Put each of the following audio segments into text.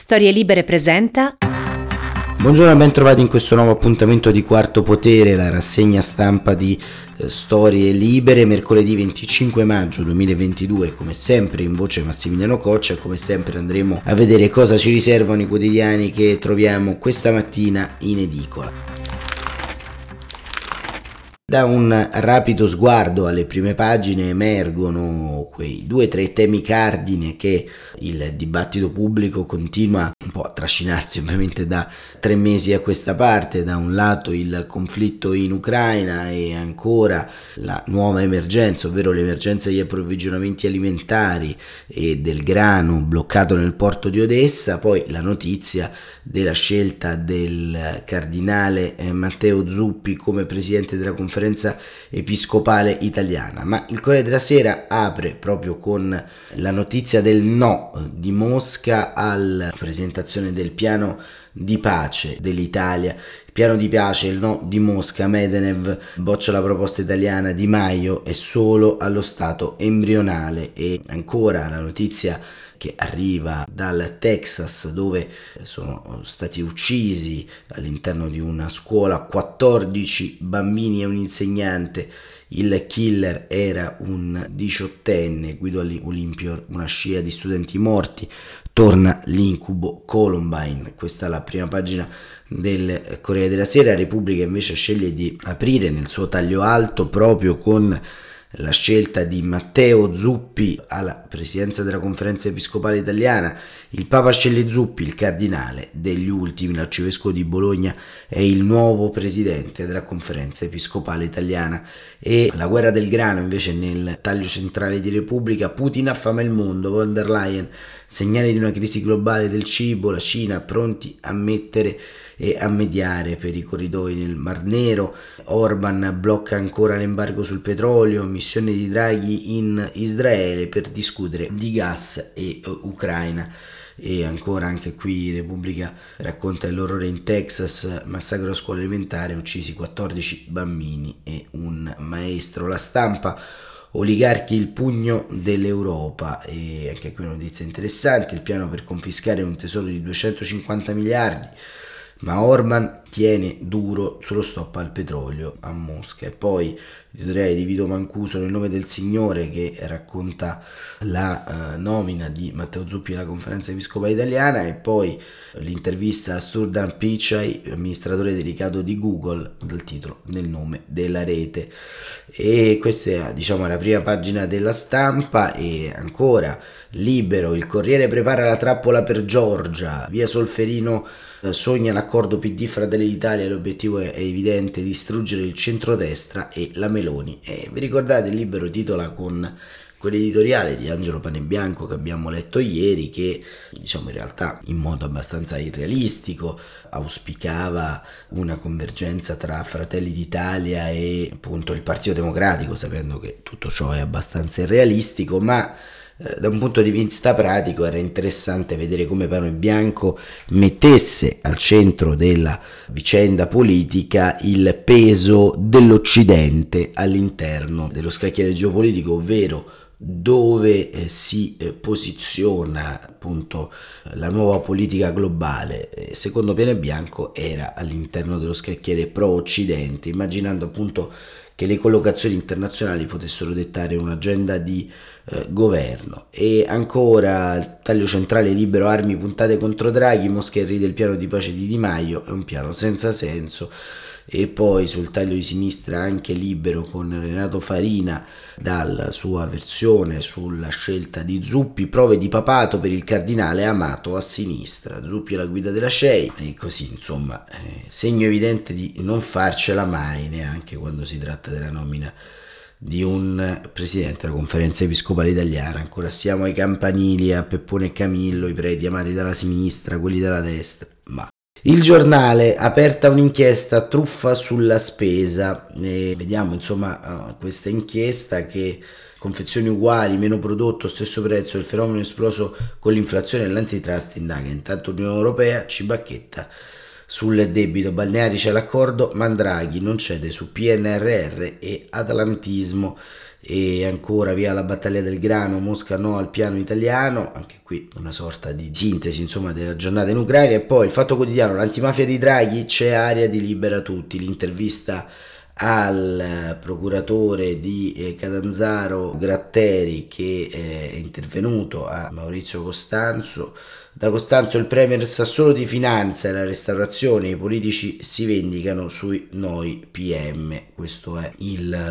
Storie Libere presenta. Buongiorno e ben trovati in questo nuovo appuntamento di Quarto Potere, la rassegna stampa di Storie Libere, mercoledì 25 maggio 2022, come sempre in voce Massimiliano Coccia, e come sempre andremo a vedere cosa ci riservano i quotidiani che troviamo questa mattina in edicola. Da un rapido sguardo alle prime pagine emergono quei 2-3 temi cardine che il dibattito pubblico continua un po' a trascinarsi ovviamente da 3 mesi a questa parte. Da un lato il conflitto in Ucraina e ancora la nuova emergenza, ovvero l'emergenza degli approvvigionamenti alimentari e del grano bloccato nel porto di Odessa, poi la notizia della scelta del cardinale Matteo Zuppi come presidente della Conferenza Episcopale Italiana. Ma il Corriere della Sera apre proprio con la notizia del no di Mosca alla presentazione del piano di pace dell'Italia. Il piano di pace, il no di Mosca, Medvedev boccia la proposta italiana, Di Maio è solo allo stato embrionale. E ancora la notizia che arriva dal Texas, dove sono stati uccisi all'interno di una scuola 14 bambini e un insegnante. Il killer era un 18enne, Guido Olimpio, una scia di studenti morti. Torna l'incubo Columbine. Questa è la prima pagina del Corriere della Sera. Repubblica invece sceglie di aprire nel suo taglio alto proprio con la scelta di Matteo Zuppi alla presidenza della Conferenza Episcopale Italiana. Il Papa sceglie Zuppi, il cardinale degli ultimi, l'arcivescovo di Bologna è il nuovo presidente della Conferenza Episcopale Italiana. E la guerra del grano invece nel taglio centrale di Repubblica. Putin affama il mondo, von der Leyen, segnali di una crisi globale del cibo, la Cina pronti a mettere e a mediare per i corridoi nel Mar Nero. Orban blocca ancora l'embargo sul petrolio, missione di Draghi in Israele per discutere di gas e Ucraina. E ancora anche qui Repubblica racconta l'orrore in Texas, massacro a scuola elementare, uccisi 14 bambini e un maestro. La Stampa, oligarchi il pugno dell'Europa, e anche qui una notizia interessante, il piano per confiscare un tesoro di 250 miliardi, ma Orban tiene duro sullo stop al petrolio a Mosca. E poi l'editoriale di Vito Mancuso, Nel nome del Signore, che racconta la nomina di Matteo Zuppi alla Conferenza Episcopale Italiana, e poi l'intervista a Sundar Pichai, amministratore delegato di Google, dal titolo Nel nome della rete. E questa è, diciamo, la prima pagina della Stampa. E ancora Libero, il Corriere prepara la trappola per Giorgia, via Solferino sogna l'accordo PD Fratelli d'Italia, l'obiettivo è evidente: distruggere il centrodestra e la Meloni. E vi ricordate, il Libero titola con quell'editoriale di Angelo Panebianco che abbiamo letto ieri, che diciamo in realtà in modo abbastanza irrealistico auspicava una convergenza tra Fratelli d'Italia e appunto il Partito Democratico, sapendo che tutto ciò è abbastanza irrealistico. Ma da un punto di vista pratico era interessante vedere come Panebianco mettesse al centro della vicenda politica il peso dell'Occidente all'interno dello scacchiere geopolitico, ovvero dove si posiziona appunto la nuova politica globale. Secondo Panebianco era all'interno dello scacchiere pro-Occidente, immaginando appunto che le collocazioni internazionali potessero dettare un'agenda di governo. E ancora il taglio centrale Libero, armi puntate contro Draghi, Mosca ride il piano di pace di Di Maio, è un piano senza senso. E poi sul taglio di sinistra anche Libero con Renato Farina dalla sua versione sulla scelta di Zuppi, prove di papato per il cardinale amato a sinistra, Zuppi alla guida della CEI. E così insomma segno evidente di non farcela mai, neanche quando si tratta della nomina di un presidente della Conferenza Episcopale Italiana. Ancora siamo ai campanili, a Peppone e Camillo, i preti amati dalla sinistra, quelli dalla destra. Ma Il Giornale, aperta un'inchiesta truffa sulla spesa, e vediamo insomma questa inchiesta che confezioni uguali, meno prodotto, stesso prezzo, il fenomeno esploso con l'inflazione e l'antitrust indaga. Intanto l'Unione Europea ci bacchetta sul debito, Balneari c'è l'accordo, ma Draghi non cede su PNRR e atlantismo. e ancora via la battaglia del grano, Mosca no al piano italiano, anche qui una sorta di sintesi insomma della giornata in Ucraina. E poi il Fatto Quotidiano, l'antimafia di Draghi, c'è aria di libera tutti, l'intervista al procuratore di Catanzaro Gratteri che è intervenuto a Maurizio Costanzo. Da Costanzo il premier sa solo di finanza e la restaurazione, i politici si vendicano sui noi PM. Questo è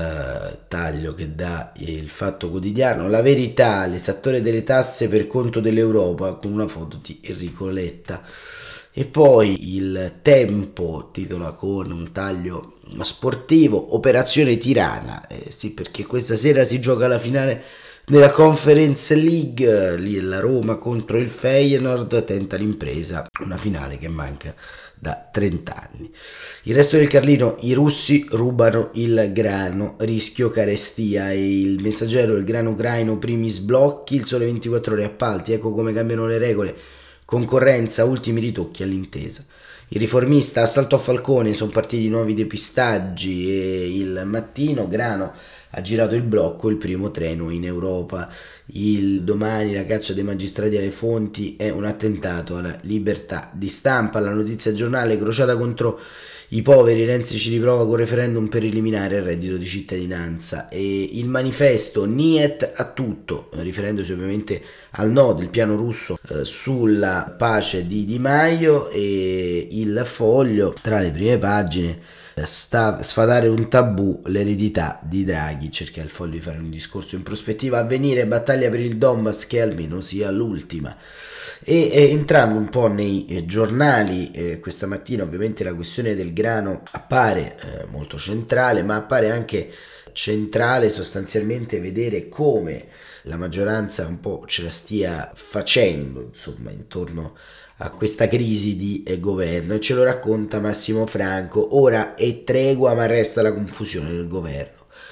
il taglio che dà il Fatto Quotidiano. La Verità, l'esattore delle tasse per conto dell'Europa, con una foto di Enrico Letta. E poi il Tempo titola con un taglio sportivo Operazione Tirana, sì, perché questa sera si gioca la finale della Conference League, lì la Roma contro il Feyenoord tenta l'impresa, una finale che manca da 30 anni. Il resto del Carlino, i russi rubano il grano, rischio carestia, e il Messaggero, il grano ucraino, primi sblocchi, il Sole 24 Ore, appalti, ecco come cambiano le regole, concorrenza, ultimi ritocchi all'intesa. Il Riformista, assalto a Falcone, sono partiti nuovi depistaggi, e il Mattino, grano ha girato il blocco, il primo treno in Europa. Il Domani, la caccia dei magistrati alle fonti è un attentato alla libertà di stampa. La Notizia Giornale, crociata contro i poveri, Renzi ci riprova con referendum per eliminare il reddito di cittadinanza. E il Manifesto, niet a tutto, riferendosi ovviamente al no del piano russo sulla pace di Di Maio. E il Foglio, tra le prime pagine, sfatare un tabù, l'eredità di Draghi, cerca il Foglio di fare un discorso in prospettiva. Avvenire, battaglia per il Donbass, che almeno sia l'ultima. E entrando un po' nei giornali, questa mattina ovviamente la questione del grano appare molto centrale, ma appare anche centrale sostanzialmente vedere come la maggioranza un po' ce la stia facendo insomma intorno a questa crisi di governo, e ce lo racconta Massimo Franco. Ora è tregua ma resta la confusione nel governo.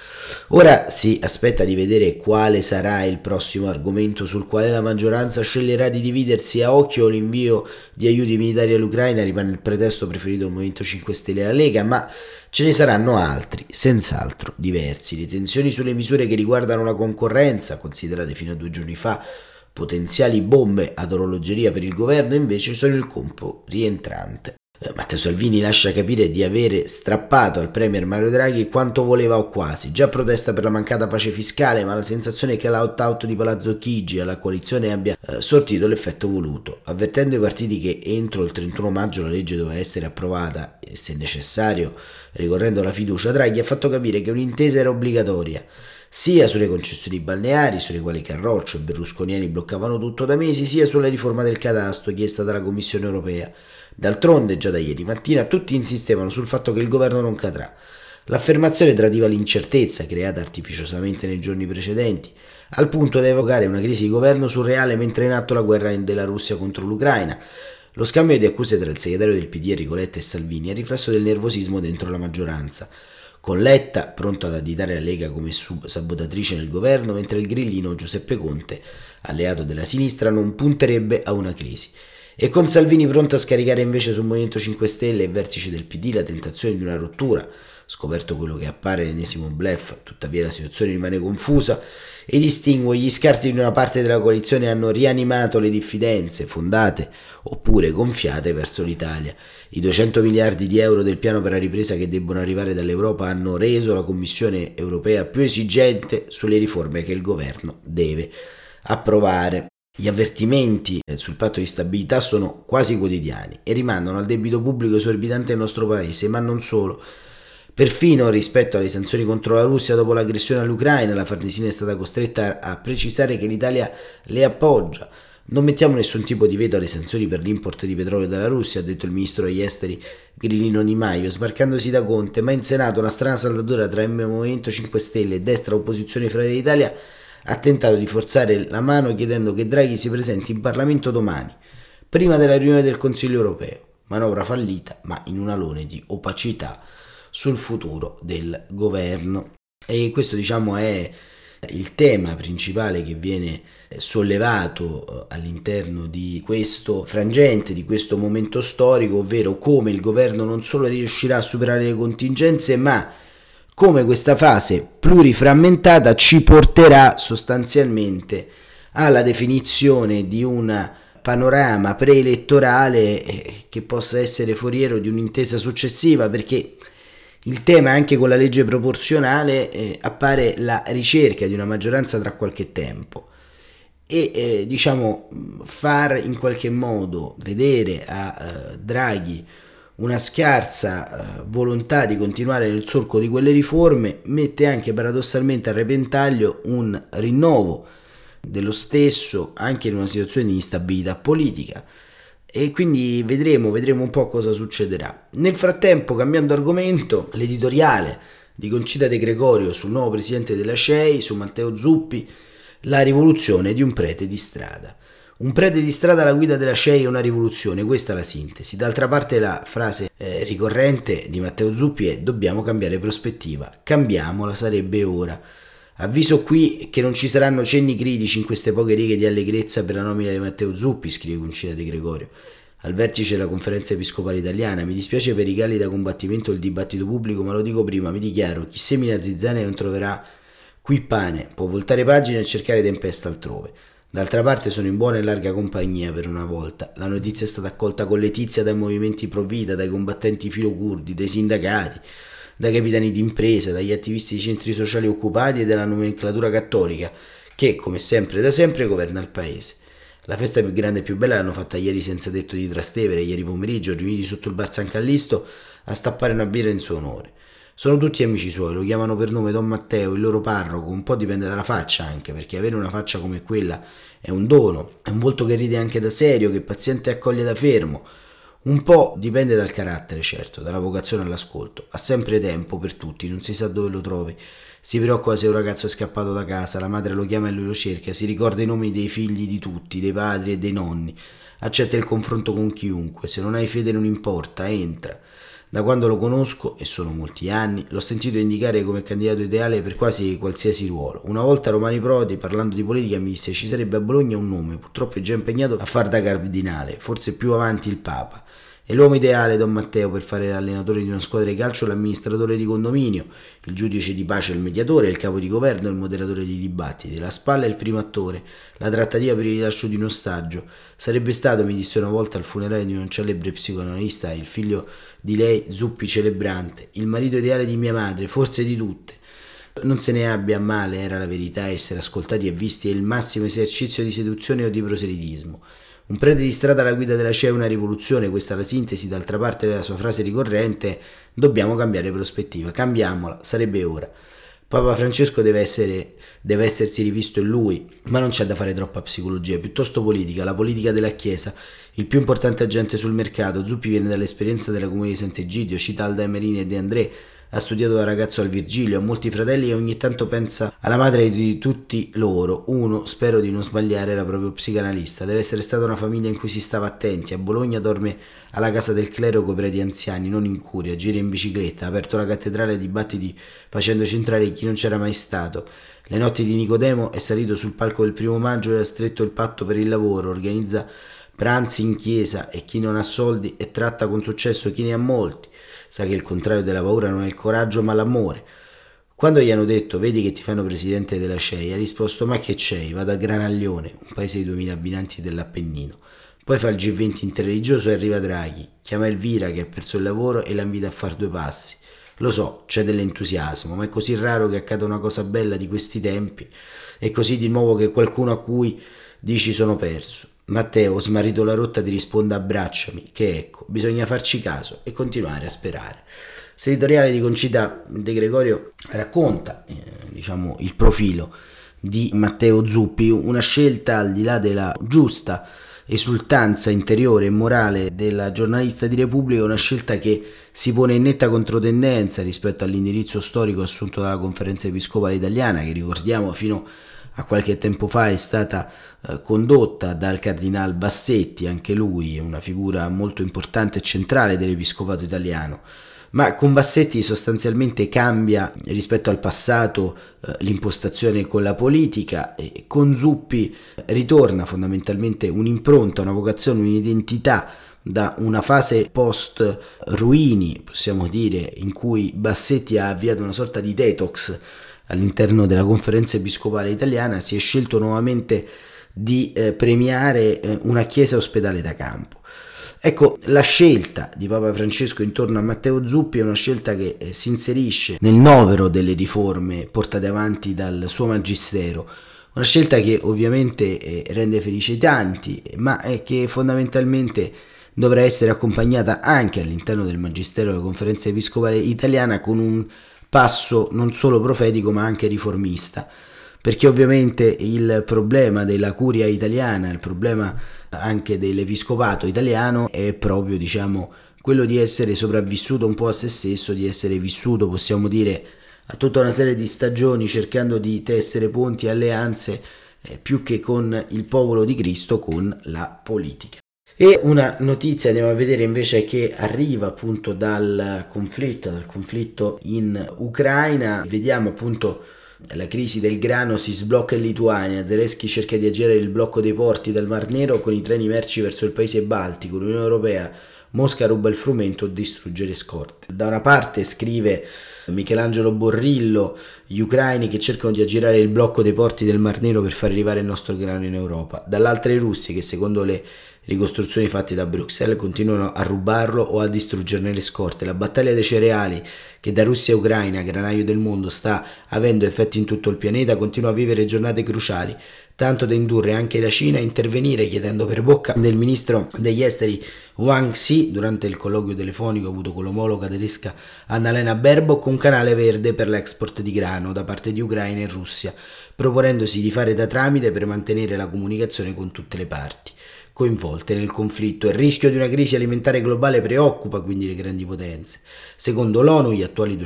Ora si aspetta di vedere quale sarà il prossimo argomento sul quale la maggioranza sceglierà di dividersi. A occhio l'invio di aiuti militari all'Ucraina rimane il pretesto preferito del Movimento 5 Stelle e alla Lega, ma ce ne saranno altri, senz'altro diversi. Le tensioni sulle misure che riguardano la concorrenza, considerate fino a 2 giorni fa potenziali bombe ad orologeria per il governo, invece sono il colpo rientrante. Matteo Salvini lascia capire di avere strappato al premier Mario Draghi quanto voleva o quasi. Già protesta per la mancata pace fiscale, ma la sensazione è che l'out-out di Palazzo Chigi alla coalizione abbia sortito l'effetto voluto, avvertendo i partiti che entro il 31 maggio la legge doveva essere approvata e, se necessario, ricorrendo alla fiducia. Draghi ha fatto capire che un'intesa era obbligatoria, sia sulle concessioni balneari, sulle quali Carroccio e berlusconiani bloccavano tutto da mesi, sia sulla riforma del catasto chiesta dalla Commissione europea. D'altronde, già da ieri mattina, tutti insistevano sul fatto che il governo non cadrà. L'affermazione tradiva l'incertezza creata artificiosamente nei giorni precedenti, al punto da evocare una crisi di governo surreale mentre è in atto la guerra della Russia contro l'Ucraina. Lo scambio di accuse tra il segretario del PD Enrico Letta e Salvini è riflesso del nervosismo dentro la maggioranza, con Letta pronto ad additare la Lega come sabotatrice nel governo, mentre il grillino Giuseppe Conte, alleato della sinistra, non punterebbe a una crisi. E con Salvini pronto a scaricare invece sul Movimento 5 Stelle e vertici del PD la tentazione di una rottura. Scoperto quello che appare l'ennesimo bluff, tuttavia la situazione rimane confusa e distingue gli scarti di una parte della coalizione hanno rianimato le diffidenze, fondate oppure gonfiate, verso l'Italia. I 200 miliardi di euro del piano per la ripresa che debbono arrivare dall'Europa hanno reso la Commissione europea più esigente sulle riforme che il governo deve approvare. Gli avvertimenti sul patto di stabilità sono quasi quotidiani e rimandano al debito pubblico esorbitante del nostro paese, ma non solo. Perfino rispetto alle sanzioni contro la Russia dopo l'aggressione all'Ucraina, la Farnesina è stata costretta a precisare che l'Italia le appoggia. Non mettiamo nessun tipo di veto alle sanzioni per l'import di petrolio dalla Russia, ha detto il ministro degli esteri Grillino Di Maio, sbarcandosi da Conte, ma in Senato una strana saldatura tra Movimento 5 Stelle e destra opposizione Fratelli d'Italia ha tentato di forzare la mano chiedendo che Draghi si presenti in Parlamento domani, prima della riunione del Consiglio europeo. Manovra fallita, ma in un alone di opacità sul futuro del governo. E questo, diciamo, è il tema principale che viene sollevato all'interno di questo frangente, di questo momento storico, ovvero come il governo non solo riuscirà a superare le contingenze, ma come questa fase pluriframmentata ci porterà sostanzialmente alla definizione di un panorama preelettorale che possa essere foriero di un'intesa successiva, perché il tema anche con la legge proporzionale appare la ricerca di una maggioranza tra qualche tempo e far in qualche modo vedere a Draghi una scarsa volontà di continuare nel solco di quelle riforme mette anche paradossalmente a repentaglio un rinnovo dello stesso anche in una situazione di instabilità politica, e quindi vedremo un po' cosa succederà. Nel frattempo, cambiando argomento, l'editoriale di Concita De Gregorio sul nuovo presidente della CEI, su Matteo Zuppi, la rivoluzione di un prete di strada. Un prete di strada alla guida della CEI è una rivoluzione, questa è la sintesi. D'altra parte la frase ricorrente di Matteo Zuppi è: dobbiamo cambiare prospettiva, cambiamola, sarebbe ora. Avviso qui che non ci saranno cenni critici in queste poche righe di allegrezza per la nomina di Matteo Zuppi, scrive Concita De Gregorio, al vertice della Conferenza Episcopale Italiana. Mi dispiace per i galli da combattimento del dibattito pubblico, ma lo dico prima, mi dichiaro: chi semina zizzania non troverà qui pane, può voltare pagina e cercare tempesta altrove. D'altra parte sono in buona e larga compagnia per una volta. La notizia è stata accolta con letizia dai movimenti pro vita, dai combattenti filocurdi, dai sindacati, dai capitani d'impresa, dagli attivisti di centri sociali occupati e dalla nomenclatura cattolica che, come sempre da sempre, governa il paese. La festa più grande e più bella l'hanno fatta ieri senza tetto di Trastevere, ieri pomeriggio, riuniti sotto il bar San Callisto a stappare una birra in suo onore. Sono tutti amici suoi, lo chiamano per nome Don Matteo, il loro parroco. Un po' dipende dalla faccia anche, perché avere una faccia come quella è un dono, è un volto che ride anche da serio, che paziente accoglie da fermo. Un po' dipende dal carattere, certo, dalla vocazione all'ascolto. Ha sempre tempo per tutti, non si sa dove lo trovi. Si preoccupa se un ragazzo è scappato da casa, la madre lo chiama e lui lo cerca, si ricorda i nomi dei figli di tutti, dei padri e dei nonni. Accetta il confronto con chiunque, se non hai fede non importa, entra. Da quando lo conosco, e sono molti anni, l'ho sentito indicare come candidato ideale per quasi qualsiasi ruolo. Una volta Romani Prodi, parlando di politica, mi disse: ci sarebbe a Bologna un nome, purtroppo è già impegnato a far da cardinale, forse più avanti il Papa. È l'uomo ideale Don Matteo per fare l'allenatore di una squadra di calcio, l'amministratore di condominio, il giudice di pace, il mediatore, il capo di governo, il moderatore di dibattiti. La spalla è il primo attore, la trattativa per il rilascio di un ostaggio. Sarebbe stato, mi disse una volta al funerale di un celebre psicoanalista, il figlio di lei, Zuppi celebrante, il marito ideale di mia madre, forse di tutte. Non se ne abbia a male, era la verità, essere ascoltati e visti è il massimo esercizio di seduzione o di proselitismo. Un prete di strada alla guida della CEI è una rivoluzione, questa è la sintesi. D'altra parte della sua frase ricorrente: dobbiamo cambiare prospettiva, cambiamola, sarebbe ora. Papa Francesco deve essersi rivisto in lui, ma non c'è da fare troppa psicologia, piuttosto politica, la politica della Chiesa, il più importante agente sul mercato. Zuppi viene dall'esperienza della Comune di Sant'Egidio, cita Alda Emerini e De André, ha studiato da ragazzo al Virgilio, ha molti fratelli e ogni tanto pensa alla madre di tutti loro. Uno, spero di non sbagliare, era proprio psicanalista. Deve essere stata una famiglia in cui si stava attenti. A Bologna dorme alla casa del clero coi preti anziani, non in curia, gira in bicicletta, ha aperto la cattedrale a dibattiti facendoci entrare chi non c'era mai stato. Le notti di Nicodemo è salito sul palco del 1 maggio e ha stretto il patto per il lavoro, organizza pranzi in chiesa e chi non ha soldi e tratta con successo chi ne ha molti. Sa che il contrario della paura non è il coraggio ma l'amore. Quando gli hanno detto: vedi che ti fanno presidente della CEI, ha risposto: ma che CEI, vado a Granaglione, un paese di 2000 abitanti dell'Appennino. Poi fa il G20 interreligioso e arriva Draghi, chiama Elvira che ha perso il lavoro e la invita a fare 2 passi. Lo so, c'è dell'entusiasmo, ma è così raro che accada una cosa bella di questi tempi, e così di nuovo che qualcuno a cui dici sono perso. Matteo, smarrito la rotta, ti risponde: abbracciami, che ecco, bisogna farci caso e continuare a sperare. L'editoriale di Concita De Gregorio racconta il profilo di Matteo Zuppi, una scelta al di là della giusta esultanza interiore e morale della giornalista di Repubblica, una scelta che si pone in netta controtendenza rispetto all'indirizzo storico assunto dalla Conferenza Episcopale Italiana, che ricordiamo fino a qualche tempo fa è stata condotta dal cardinal Bassetti, anche lui una figura molto importante e centrale dell'episcopato italiano. Ma con Bassetti sostanzialmente cambia rispetto al passato l'impostazione con la politica, e con Zuppi ritorna fondamentalmente un'impronta, una vocazione, un'identità da una fase post Ruini, possiamo dire, in cui Bassetti ha avviato una sorta di detox all'interno della Conferenza Episcopale Italiana, si è scelto nuovamente di premiare una chiesa ospedale da campo. Ecco, la scelta di Papa Francesco intorno a Matteo Zuppi è una scelta che si inserisce nel novero delle riforme portate avanti dal suo magistero, una scelta che ovviamente rende felici i tanti, ma che fondamentalmente dovrà essere accompagnata anche all'interno del magistero della Conferenza Episcopale Italiana con un passo non solo profetico ma anche riformista, perché ovviamente il problema della curia italiana, il problema anche dell'episcopato italiano è proprio, diciamo, quello di essere sopravvissuto un po' a se stesso, di essere vissuto, possiamo dire, a tutta una serie di stagioni cercando di tessere ponti e alleanze più che con il popolo di Cristo, con la politica. E una notizia andiamo a vedere invece che arriva appunto dal conflitto in Ucraina. Vediamo appunto la crisi del grano si sblocca in Lituania, Zelensky cerca di aggirare il blocco dei porti dal Mar Nero con i treni merci verso il paese baltico, l'Unione Europea, Mosca ruba il frumento, distrugge le scorte. Da una parte scrive Michelangelo Borrillo, gli ucraini che cercano di aggirare il blocco dei porti del Mar Nero per far arrivare il nostro grano in Europa, dall'altra i russi che secondo le ricostruzioni fatte da Bruxelles continuano a rubarlo o a distruggerne le scorte. La battaglia dei cereali che da Russia e Ucraina, granaio del mondo, sta avendo effetti in tutto il pianeta, continua a vivere giornate cruciali, tanto da indurre anche la Cina a intervenire chiedendo per bocca del ministro degli esteri Wang Xi durante il colloquio telefonico avuto con l'omologa tedesca Annalena Baerbock un canale verde per l'export di grano da parte di Ucraina e Russia, proponendosi di fare da tramite per mantenere la comunicazione con tutte le parti coinvolte nel conflitto. Il rischio di una crisi alimentare globale preoccupa quindi le grandi potenze. Secondo l'ONU, gli attuali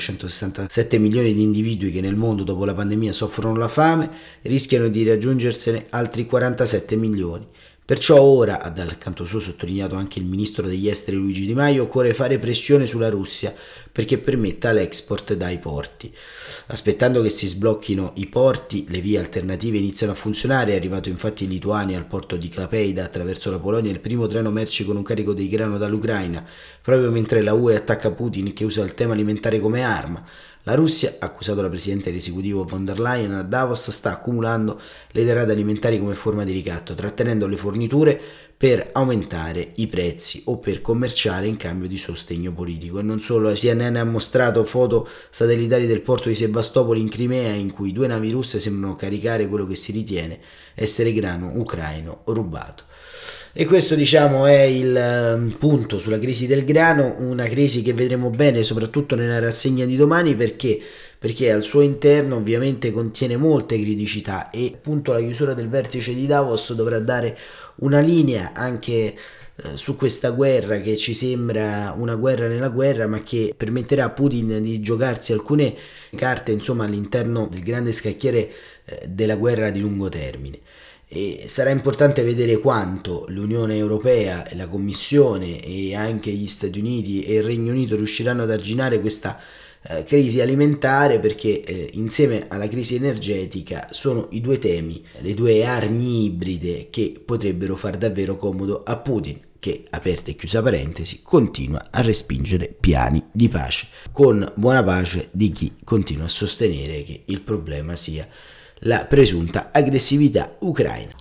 267 milioni di individui che nel mondo dopo la pandemia soffrono la fame rischiano di raggiungersene altri 47 milioni. Perciò ora, ha dal canto suo sottolineato anche il ministro degli esteri Luigi Di Maio, occorre fare pressione sulla Russia perché permetta l'export dai porti. Aspettando che si sblocchino i porti, le vie alternative iniziano a funzionare. È arrivato infatti in Lituania al porto di Klaipėda attraverso la Polonia il primo treno merci con un carico di grano dall'Ucraina, proprio mentre la UE attacca Putin che usa il tema alimentare come arma. La Russia, accusato la presidente dell'esecutivo von der Leyen a Davos, sta accumulando le derrate alimentari come forma di ricatto, trattenendo le forniture per aumentare i prezzi o per commerciare in cambio di sostegno politico. E non solo, CNN ha mostrato foto satellitari del porto di Sebastopoli in Crimea in cui 2 navi russe sembrano caricare quello che si ritiene essere grano ucraino rubato. E questo, diciamo, è il punto sulla crisi del grano, una crisi che vedremo bene soprattutto nella rassegna di domani perché al suo interno ovviamente contiene molte criticità e appunto la chiusura del vertice di Davos dovrà dare una linea anche su questa guerra che ci sembra una guerra nella guerra, ma che permetterà a Putin di giocarsi alcune carte, insomma, all'interno del grande scacchiere della guerra di lungo termine. E sarà importante vedere quanto l'Unione Europea, la Commissione e anche gli Stati Uniti e il Regno Unito riusciranno ad arginare questa crisi alimentare, perché insieme alla crisi energetica sono i due temi, le due armi ibride che potrebbero far davvero comodo a Putin, che, aperta e chiusa parentesi, continua a respingere piani di pace, con buona pace di chi continua a sostenere che il problema sia la presunta aggressività ucraina.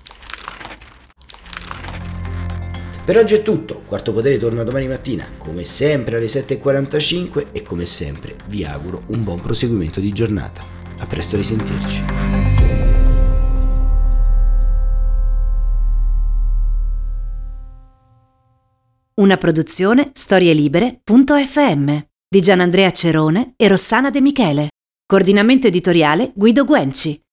Per oggi è tutto, Quarto Potere torna domani mattina, come sempre alle 7:45 e come sempre vi auguro un buon proseguimento di giornata. A presto, risentirci. Una produzione storielibere.fm di Gianandrea Cerone e Rossana De Michele. Coordinamento editoriale Guido Guenci.